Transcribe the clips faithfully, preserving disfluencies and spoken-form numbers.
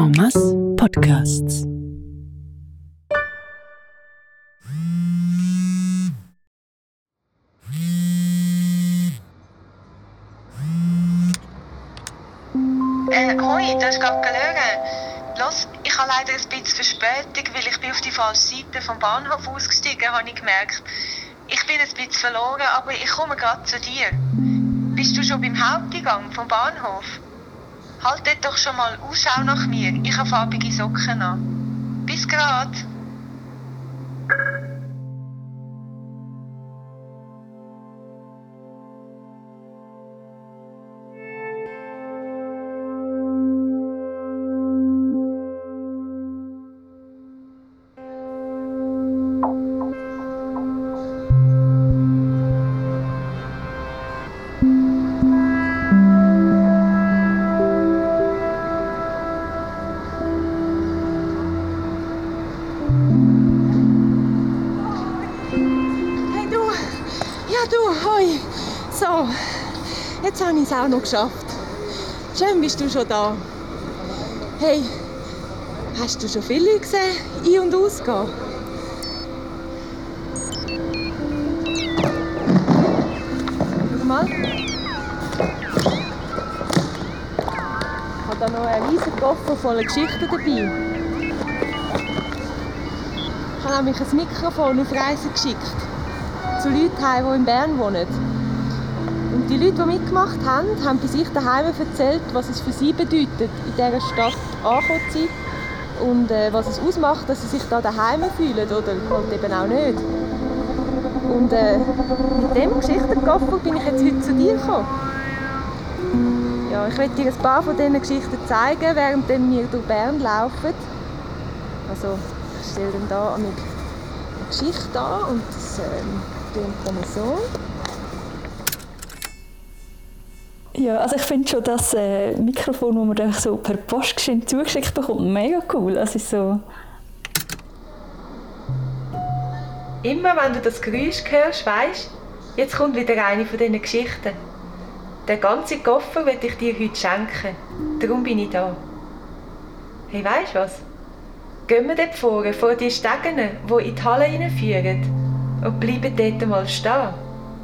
En masse Podcasts. Äh, hoi, das ist gerade gelegen. Los, ich habe leider ein bisschen Verspätung, weil ich bin auf die falsche Seite vom Bahnhof ausgestiegen, habe ich gemerkt. Ich bin ein bisschen verloren, aber ich komme gerade zu dir. Bist du schon beim Haupteingang vom Bahnhof? Halt dort doch schon mal Ausschau nach mir. Ich habe farbige Socken an. Bis grad. Hey du, ja du, hoi. So, jetzt habe ich es auch noch geschafft. Schön bist du schon da. Hey, hast du schon viele gesehen, ein- und ausgehen? Schau mal. Ich habe da noch einen riesigen Koffer voller Geschichten dabei. Ich habe nämlich ein Mikrofon auf Reisen geschickt. Zu Leuten heim, die in Bern wohnen. Und die Leute, die mitgemacht haben, haben bei sich daheim erzählt, was es für sie bedeutet, in dieser Stadt angekommen zu sein. Und äh, was es ausmacht, dass sie sich da daheim fühlen oder halt eben auch nicht. Und äh, mit dem Geschichtenkoffer bin ich jetzt heute zu dir gekommen. Ja, ich werde dir ein paar von diesen Geschichten zeigen, während wir durch Bern laufen. Also, ich stelle dann hier eine Geschichte an und das ähm, tun wir so. Ja, also ich finde schon das äh, Mikrofon, das man dann so per Post geschenkt zugeschickt bekommt, mega cool. Also so. Immer wenn du das Geräusch hörst, weisst, jetzt kommt wieder eine von diesen Geschichten. Den ganzen Koffer will ich dir heute schenken. Darum bin ich da. Hey, weisst du was? Gehen wir dort vorne, vor die Stegen, die in die Halle hineinführen, und bleiben dort mal stehen.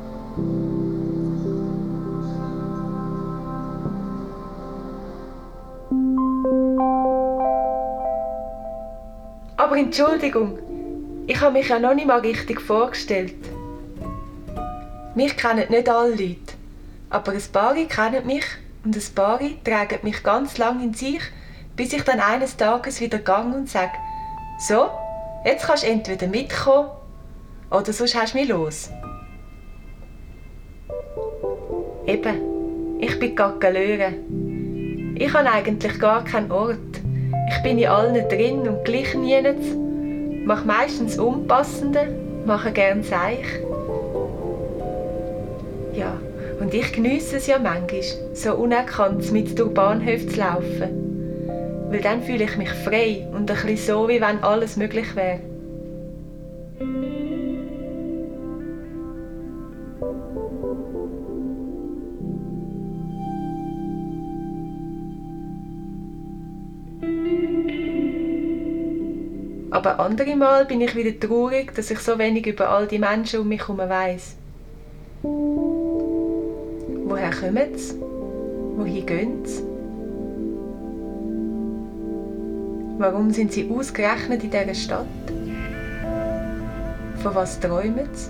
Aber Entschuldigung, ich habe mich ja noch nicht mal richtig vorgestellt. Mich kennen nicht alle Leute, aber ein paar kennen mich und ein paar tragen mich ganz lang in sich, bis ich dann eines Tages wieder gehe und sage, so, jetzt kannst du entweder mitkommen oder sonst hast du mich los. Eben, ich bin Gaggalöre. Ich habe eigentlich gar keinen Ort. Ich bin in allen drin und gleich nichts. Mache meistens Unpassende, mache gern Seich. Ja, und ich geniesse es ja manchmal, so unerkannt mit durch Bahnhöfe zu laufen. Weil dann fühle ich mich frei und ein bisschen so, wie wenn alles möglich wäre. Aber andere Mal bin ich wieder traurig, dass ich so wenig über all die Menschen um mich herum weiss. Woher kommen sie? Wohin gehen sie? Warum sind sie ausgerechnet in dieser Stadt? Von was träumen sie?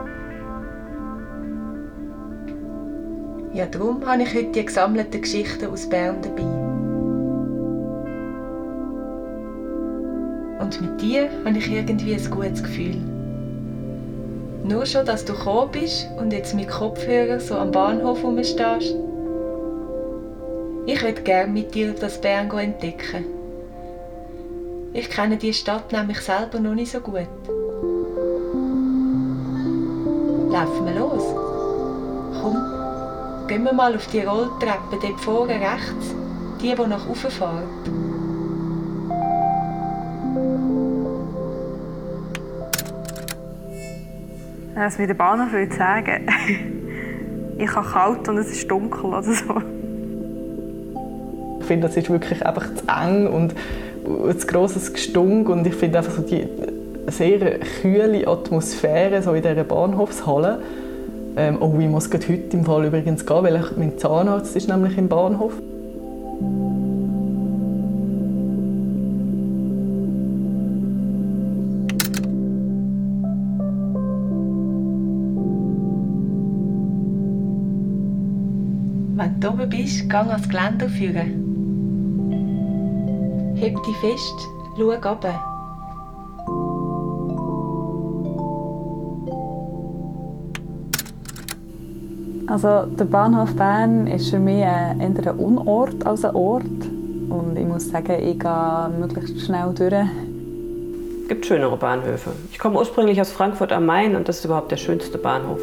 Ja, darum habe ich heute die gesammelten Geschichten aus Bern dabei. Und mit dir habe ich irgendwie ein gutes Gefühl. Nur schon, dass du gekommen bist und jetzt mit Kopfhörer so am Bahnhof rumstehst. Ich würde gerne mit dir das Bern entdecken. Ich kenne die Stadt nämlich selber noch nicht so gut. Laufen wir los? Komm, gehen wir mal auf die Rolltreppe dort vorne rechts, die, die nach oben fährt. Was mir der Bahnhof will sagen, ich habe kalt und es ist dunkel oder so. finde, das ist wirklich einfach zu eng und zu grosses Gestunk. Und ich finde einfach so die sehr kühle Atmosphäre so in dieser Bahnhofshalle. Ähm, oh, ich muss gerade heute im Fall übrigens gehen, weil ich, mein Zahnarzt ist nämlich im Bahnhof. Wenn du oben bist, geh ans Geländer führen. Heb dich fest, schau runter. Also der Bahnhof Bern ist für mich eher ein Unort als ein Ort. Und ich muss sagen, ich gehe möglichst schnell durch. Es gibt schönere Bahnhöfe. Ich komme ursprünglich aus Frankfurt am Main und das ist überhaupt der schönste Bahnhof.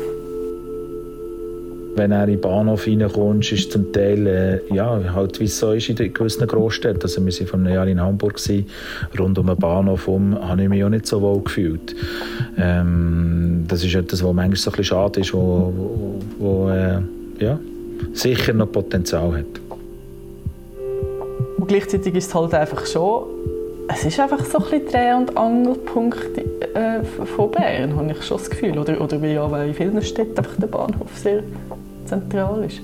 Wenn du in den Bahnhof reinkommst, ist es zum Teil, äh, ja, halt, wie es so ist in gewissen Großstädten. Also wir waren vor einem Jahr in Hamburg, gewesen. Rund um den Bahnhof herum habe ich mich auch nicht so wohl gefühlt. Ähm, das ist etwas, was manchmal so ein bisschen schade ist, wo, wo, wo äh, ja, sicher noch Potenzial hat. Und gleichzeitig ist es halt einfach schon, es ist einfach so ein bisschen Dreh- und Angelpunkt äh, von Bern, habe ich schon das Gefühl. Oder, oder wie ja in vielen Städten einfach der Bahnhof sehr zentral ist.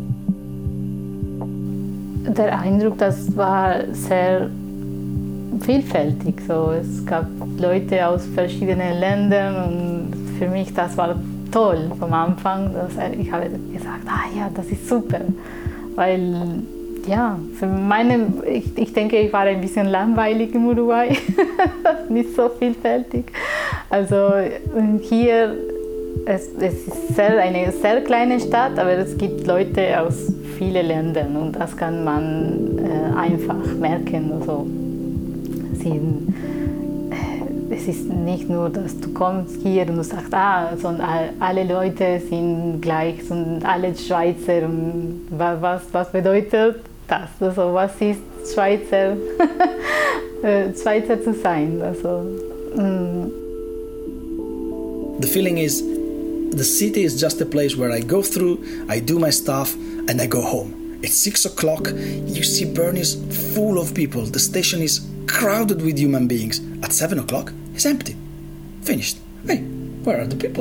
Der Eindruck, das war sehr vielfältig. So, es gab Leute aus verschiedenen Ländern und für mich das war toll vom Anfang. Dass ich habe gesagt, ah ja, das ist super, weil ja, für meine, ich, ich denke, ich war ein bisschen langweilig im Uruguay, nicht so vielfältig. Also hier Es, es ist sehr, eine sehr kleine Stadt, aber es gibt Leute aus vielen Ländern und das kann man äh, einfach merken. Also, sie, äh, es ist nicht nur, dass du kommst hier und du sagst, ah, sondern alle Leute sind gleich, sind alle Schweizer. Und was, was bedeutet das? Also, was ist Schweizer, Schweizer zu sein? Also, mm. The feeling is, the city is just a place where I go through, I do my stuff, and I go home. It's six o'clock, you see Bern is full of people, the station is crowded with human beings. At seven o'clock, it's empty. Finished. Hey, where are the people?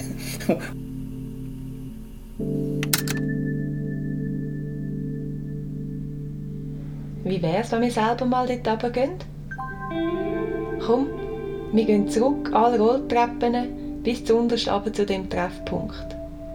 Wie wär's, wenn wir selber mal dort runtergehen? Komm, wir gehen zurück, alle Rolltreppen, bis zuunterst runter zu dem Treffpunkt.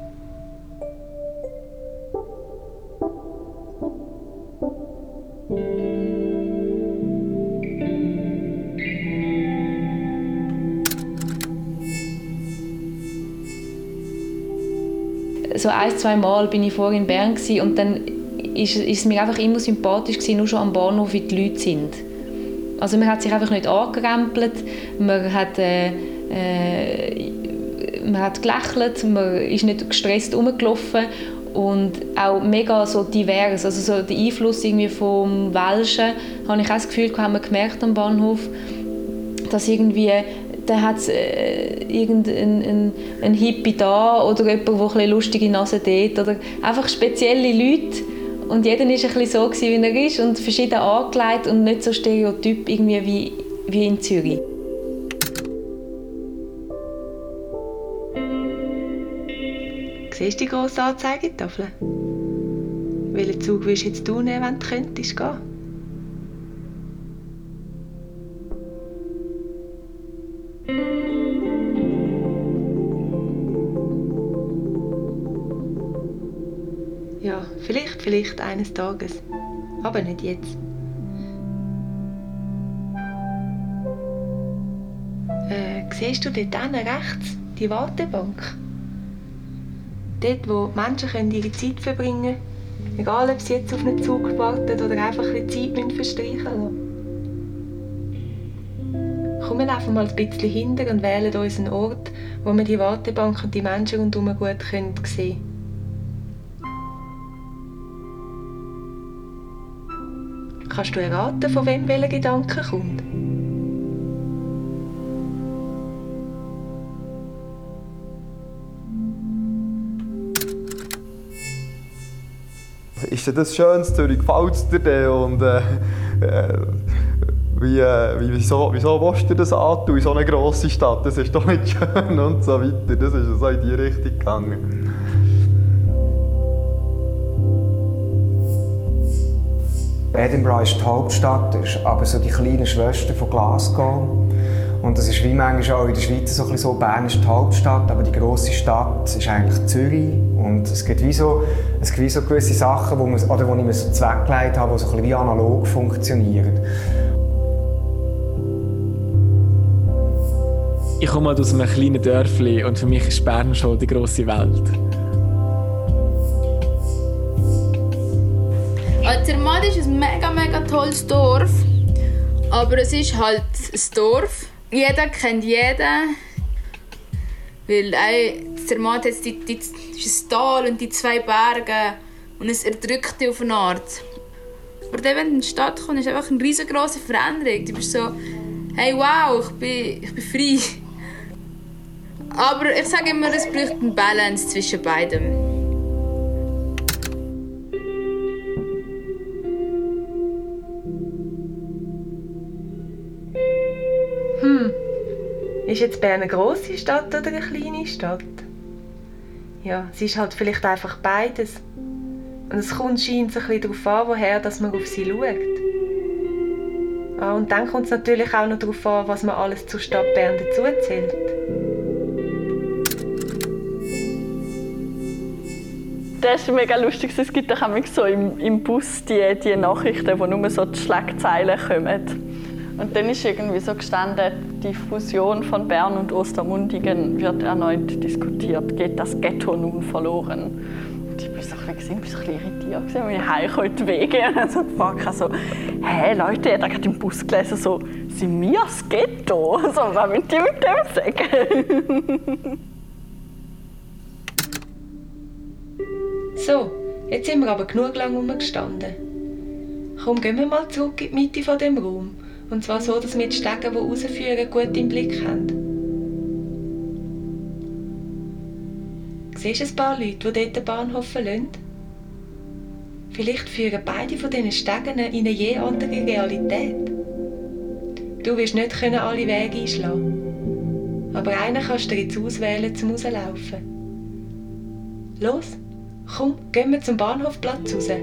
So ein, zwei Mal bin ich vorher in Bern und dann ist, ist es mir einfach immer sympathisch gewesen, nur schon am Bahnhof, wie die Leute sind. Also man hat sich einfach nicht angerempelt, man hat, äh, äh, man hat gelächelt, man ist nicht gestresst rumgelaufen und auch mega so divers. Also so der Einfluss irgendwie vom Welschen, habe ich auch das Gefühl, haben wir gemerkt am Bahnhof, dass irgendwie da hat es äh, irgendein ein, ein Hippie da oder jemand, der ein bisschen lustige Nase dort oder einfach spezielle Leute. Und jeder war ein bisschen so, wie er ist und verschieden angelegt und nicht so stereotyp irgendwie wie, wie in Zürich. Siehst du die grosse Anzeigetafel? Welchen Zug willst du jetzt du nehmen, wenn du könntest gehen? Ja, vielleicht, vielleicht eines Tages. Aber nicht jetzt. Äh, siehst du dort hinten rechts die Wartebank? Dort, wo Menschen können ihre Zeit verbringen können, egal ob sie jetzt auf einen Zug warten oder einfach ein bisschen Zeit verstreichen lassen. Komm, wir laufen mal ein bisschen hinter und wählen uns einen Ort, wo wir die Wartebank und die Menschen rundherum gut sehen können. Kannst du erraten, von wem welcher Gedanke kommt? Ist denn das schön, Zürich, gefällt es dir denn? Und äh, äh, wie, äh, wie, wieso, wieso willst du das antun in so eine grosse Stadt? Das ist doch nicht schön und so weiter. Das ist so in die Richtung gegangen. Edinburgh ist die Hauptstadt, ist aber so die kleine Schwester von Glasgow. Und das ist wie manchmal auch in der Schweiz so ein bisschen so, Bern ist die Hauptstadt, aber die grosse Stadt ist eigentlich Zürich. Und es gibt wie so, es gibt wie so gewisse Sachen, wo, man, oder wo ich mir so zweckgelegt habe, die so ein bisschen wie analog funktionieren. Ich komme halt aus einem kleinen Dörfli und für mich ist Bern schon die grosse Welt. Zermatt ist ein mega, mega tolles Dorf, aber es ist halt ein Dorf. Jeder kennt jeden, weil Zermatt hat die, die, ist ein Tal und die zwei Berge und es erdrückt dich auf eine Art. Aber dann, wenn du in die Stadt kommst, ist es einfach eine riesengroße Veränderung. Du bist so, hey wow, ich bin, ich bin frei. Aber ich sage immer, es braucht einen Balance zwischen beidem. Hm, ist jetzt Bern eine grosse Stadt oder eine kleine Stadt? Ja, es ist halt vielleicht einfach beides. Und es kommt scheint ein bisschen darauf an, woher dass man auf sie schaut. Ah, und dann kommt es natürlich auch noch darauf an, was man alles zur Stadt Bern dazuzählt. Das ist mega lustig. Es gibt auch so im, im Bus die, die Nachrichten, wo nur so die Schlagzeilen kommen. Und dann ist irgendwie so gestanden, die Fusion von Bern und Ostermundigen wird erneut diskutiert. Geht das Ghetto nun verloren? Und ich bin so ein bisschen, ein bisschen irritiert, als ich heimkomme, Wege und dann so gefragt, also, hä, Leute, ich habe gerade im Bus gelesen, so, sind wir das Ghetto? Also, was wollen die mit dem sagen? So, jetzt sind wir aber genug lang rumgestanden. Komm, gehen wir mal zurück in die Mitte von dem Raum. Und zwar so, dass wir die Stege, die rausführen, gut im Blick haben. Siehst du ein paar Leute, die dort den Bahnhof verlassen? Vielleicht führen beide von diesen Stegen in eine je andere Realität. Du wirst nicht alle Wege einschlagen. Aber einen kannst du dir jetzt auswählen, zum rauslaufen. Los, komm, gehen wir zum Bahnhofplatz raus.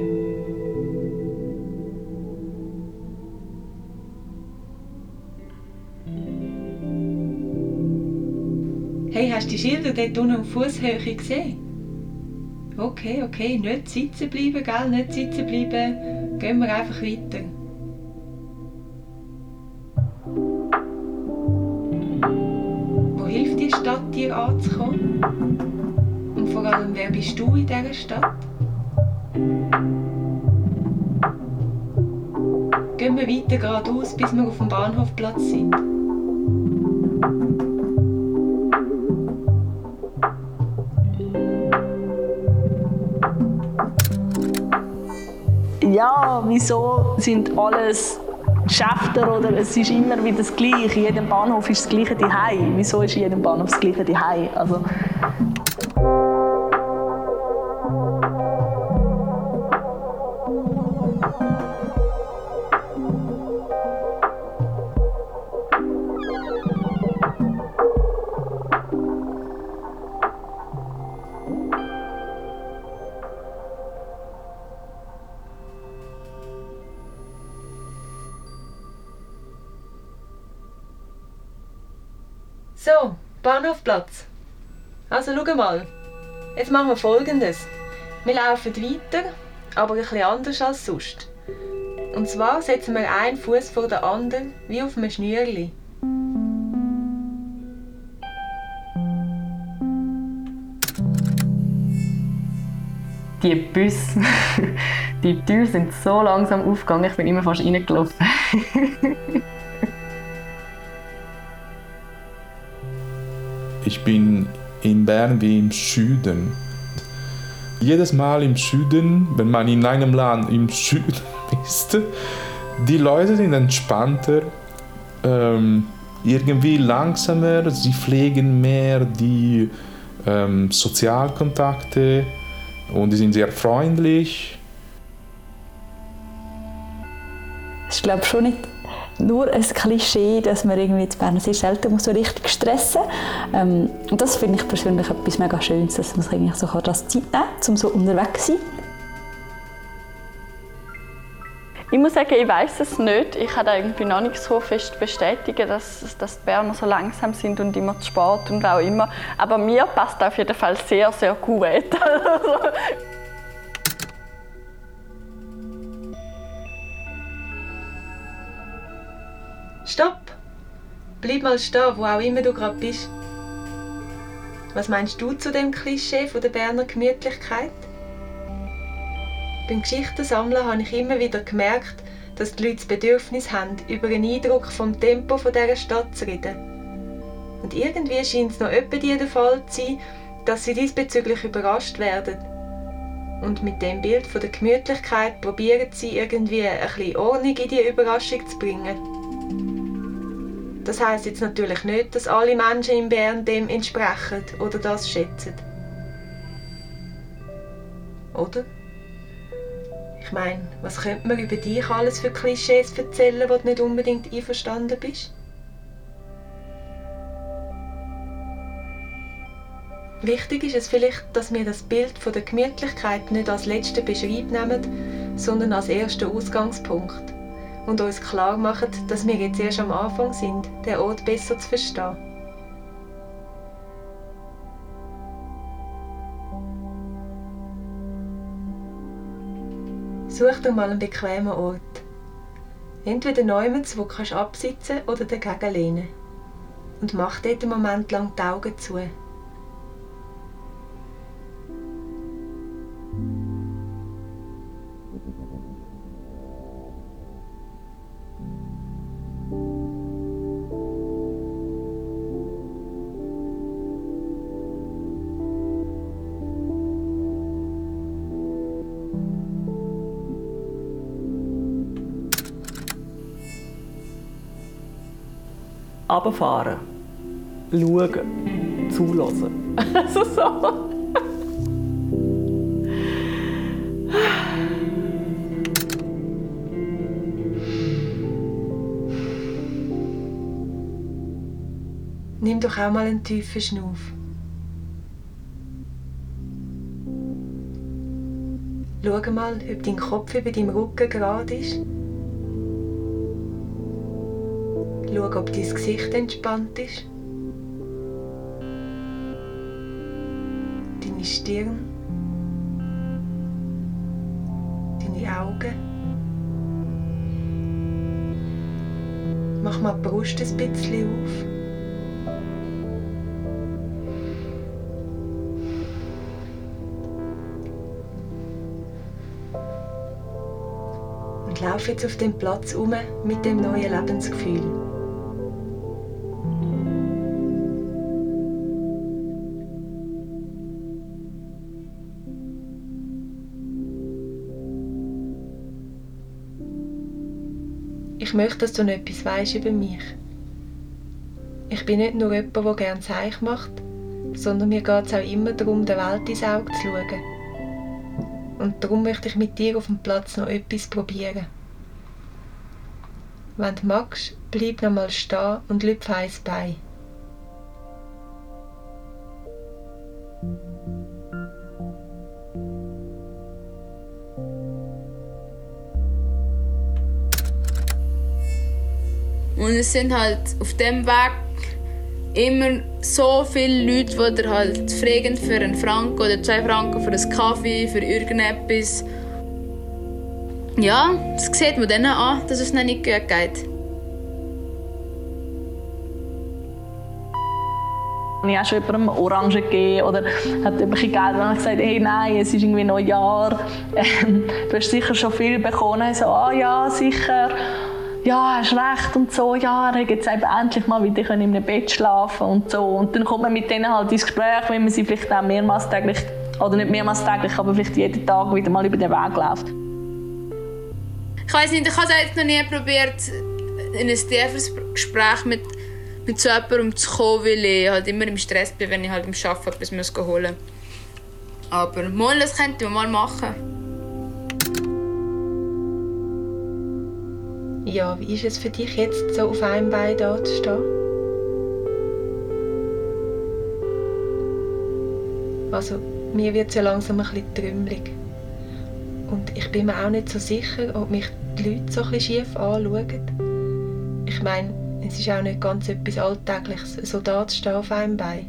Hey, hast du die Schilder dort unten auf Fußhöhe gesehen? Okay, okay, nicht sitzen bleiben, gell? Nicht sitzen bleiben. Gehen wir einfach weiter. Wo hilft die Stadt dir anzukommen? Und vor allem, wer bist du in dieser Stadt? Gehen wir weiter geradeaus, bis wir auf dem Bahnhofplatz sind. Ja, wieso sind alles Geschäfte oder es ist immer wieder das Gleiche. In jedem Bahnhof ist das Gleiche daheim. Wieso ist in jedem Bahnhof das Gleiche daheim? Also So, Bahnhofplatz. Also schau mal, jetzt machen wir Folgendes. Wir laufen weiter, aber ein bisschen anders als sonst. Und zwar setzen wir einen Fuß vor den anderen, wie auf einem Schnürli. Die Busse, die Türen sind so langsam aufgegangen, ich bin immer fast reingelaufen. Ich bin in Bern wie im Süden. Jedes Mal im Süden, wenn man in einem Land im Süden ist, die Leute sind entspannter, ähm, irgendwie langsamer, sie pflegen mehr die ähm, Sozialkontakte und die sind sehr freundlich. Es ist, glaube ich, schon nicht nur ein Klischee, dass man irgendwie in Bern sehr selten muss so richtig stressen muss. Ähm, und das finde ich persönlich etwas mega Schönes, dass man sich eigentlich so das Zeit nehmen kann, um so unterwegs zu sein. Ich muss sagen, ich weiss es nicht. Ich kann da irgendwie noch nicht so fest bestätigen, dass, dass die Berner so langsam sind und immer zu spät und auch immer. Aber mir passt auf jeden Fall sehr, sehr gut. Stopp! Bleib mal stehen, wo auch immer du gerade bist. Was meinst du zu dem Klischee von der Berner Gemütlichkeit? Beim Geschichtensammeln habe ich immer wieder gemerkt, dass die Leute das Bedürfnis haben, über einen Eindruck vom Tempo dieser Stadt zu reden. Und irgendwie scheint es noch etwa der Fall zu sein, dass sie diesbezüglich überrascht werden. Und mit dem Bild von der Gemütlichkeit probieren sie irgendwie ein bisschen Ordnung in die Überraschung zu bringen. Das heisst jetzt natürlich nicht, dass alle Menschen in Bern dem entsprechen oder das schätzen. Oder? Ich meine, was könnte man über dich alles für Klischees erzählen, wo du nicht unbedingt einverstanden bist? Wichtig ist es vielleicht, dass wir das Bild von der Gemütlichkeit nicht als letzten Beschreib nehmen, sondern als ersten Ausgangspunkt. Und uns klar machen, dass wir jetzt erst am Anfang sind, den Ort besser zu verstehen. Such dir mal einen bequemen Ort. Entweder jemanden, wo du absitzen oder dagegen lehnen. Und mach dort einen Moment lang die Augen zu. Runterfahren, schauen, zuhören. Also so. Nimm doch auch mal einen tiefen Schnuff. Schau mal, ob dein Kopf über deinem Rücken gerade ist. Schau, ob dein Gesicht entspannt ist. Deine Stirn. Deine Augen. Mach mal die Brust ein bisschen auf. Und lauf jetzt auf den Platz herum mit dem neuen Lebensgefühl. Ich möchte, dass du noch etwas weisst über mich. Ich bin nicht nur jemand, der gerne Zeich macht, sondern mir geht es auch immer darum, der Welt ins Auge zu schauen. Und darum möchte ich mit dir auf dem Platz noch etwas probieren. Wenn du magst, bleib noch mal stehen und lüpfe ein Bein. Und es sind halt auf dem Weg immer so viele Leute, die dir halt fragen für einen Franken oder zwei Franken für einen Kaffee, für irgendetwas. Ja, das sieht man denen an, dass es ihnen nicht gut geht. Ich habe schon jemandem Orangen gegeben oder hat jemand Geld und dann gesagt, hey, nein, es ist irgendwie Neujahr. Ähm, du hast sicher schon viel bekommen. Ich so, ah ja, sicher. Ja, hast recht und so, ja, er hat jetzt endlich mal wieder in einem Bett schlafen und so. Und dann kommt man mit denen halt ins Gespräch, wenn man sie vielleicht auch mehrmals täglich, oder nicht mehrmals täglich, aber vielleicht jeden Tag wieder mal über den Weg läuft. Ich weiss nicht, ich habe es jetzt noch nie probiert, in ein tieferes Gespräch mit, mit so jemandem zu kommen, weil ich halt immer im Stress bin, wenn ich halt im Arbeiten etwas holen muss. Aber mal, das könnte man mal machen. Ja, wie ist es für dich jetzt, so auf einem Bein da zu stehen? Also, mir wird es ja langsam ein bisschen trümmelig. Und ich bin mir auch nicht so sicher, ob mich die Leute so ein bisschen schief anschauen. Ich meine, es ist auch nicht ganz etwas Alltägliches, so da zu stehen auf einem Bein.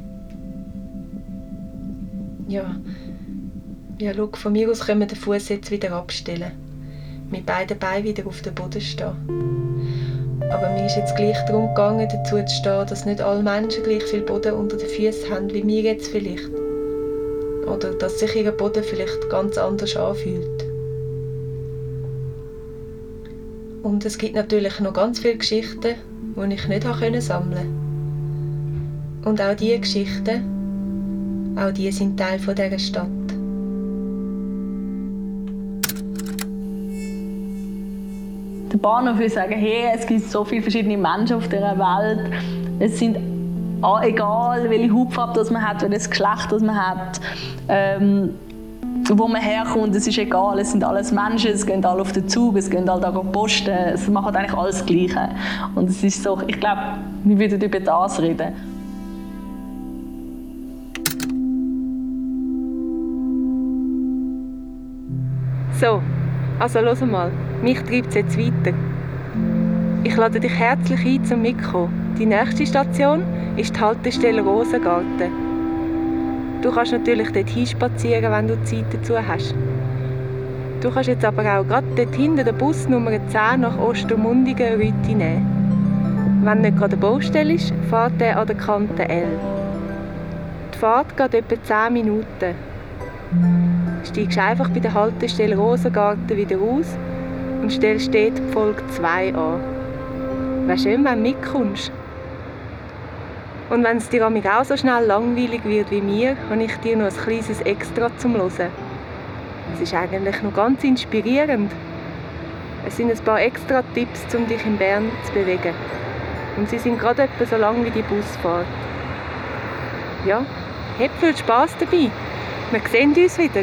Ja, ja, schau, von mir aus können wir den Fuß jetzt wieder abstellen. Mit beiden Beinen wieder auf dem Boden stehen. Aber mir ist jetzt gleich darum gegangen, dazu zu stehen, dass nicht alle Menschen gleich viel Boden unter den Füßen haben, wie wir jetzt vielleicht. Oder dass sich ihr Boden vielleicht ganz anders anfühlt. Und es gibt natürlich noch ganz viele Geschichten, die ich nicht sammeln konnte. Und auch diese Geschichten, auch die sind Teil dieser Stadt. Der Bahnhof will sagen, hey, es gibt so viele verschiedene Menschen auf dieser Welt. Es sind egal, welche Hautfarbe das man hat, welches Geschlecht das man hat, ähm, wo man herkommt, es ist egal. Es sind alles Menschen, es gehen alle auf den Zug, es gehen alle da posten, es machen eigentlich alles das Gleiche. Und es ist so, ich glaube, wir würden über das reden. So, also hör mal, mich treibt es jetzt weiter. Ich lade dich herzlich ein, zum Mitkommen. Die nächste Station ist die Haltestelle Rosengarten. Du kannst natürlich dort hinspazieren, wenn du Zeit dazu hast. Du kannst jetzt aber auch gerade dort hinten den Bus Nummer zehn nach Ostermundigen Rüti nehmen. Wenn nicht gerade eine Baustelle ist, fährt er an der Kante L. Die Fahrt geht etwa zehn Minuten. Steigst einfach bei der Haltestelle Rosengarten wieder aus und stellst dort die Folge zwei an. Wäre schön, wenn du mitkommst. Und wenn es dir auch so schnell langweilig wird wie mir, habe ich dir noch ein kleines Extra zum Hören. Es ist eigentlich noch ganz inspirierend. Es sind ein paar extra Tipps, um dich in Bern zu bewegen. Und sie sind gerade etwa so lang wie die Busfahrt. Ja, habt viel Spass dabei. Wir sehen uns wieder.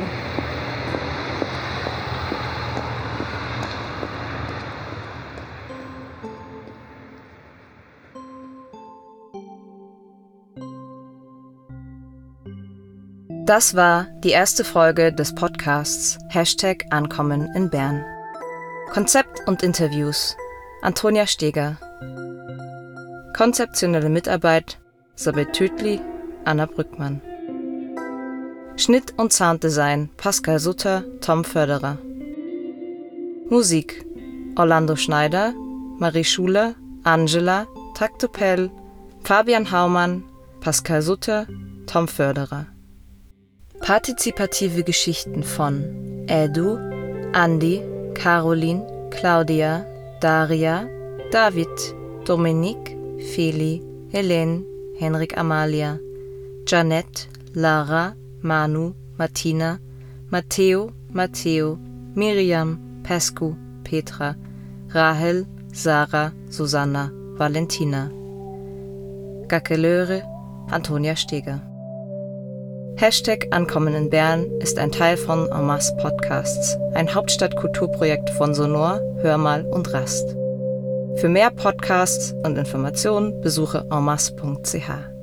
Das war die erste Folge des Podcasts Hashtag Ankommen in Bern. Konzept und Interviews Antonia Steger. Konzeptionelle Mitarbeit Sabet Tütli, Anna Brückmann. Schnitt und Sounddesign Pascal Sutter, Tom Förderer. Musik Orlando Schneider, Marie Schuler, Angela, Taktopel, Fabian Haumann, Pascal Sutter, Tom Förderer. Partizipative Geschichten von Edu, Andi, Caroline, Claudia, Daria, David, Dominique, Feli, Helene, Henrik Amalia, Janette, Lara, Manu, Martina, Matteo, Matteo, Miriam, Pescu, Petra, Rahel, Sarah, Susanna, Valentina. Gackelöre, Antonia Steger. Hashtag Ankommen in Bern ist ein Teil von En Masse Podcasts, ein Hauptstadtkulturprojekt von Sonor, Hörmal und Rast. Für mehr Podcasts und Informationen besuche en masse punkt c h.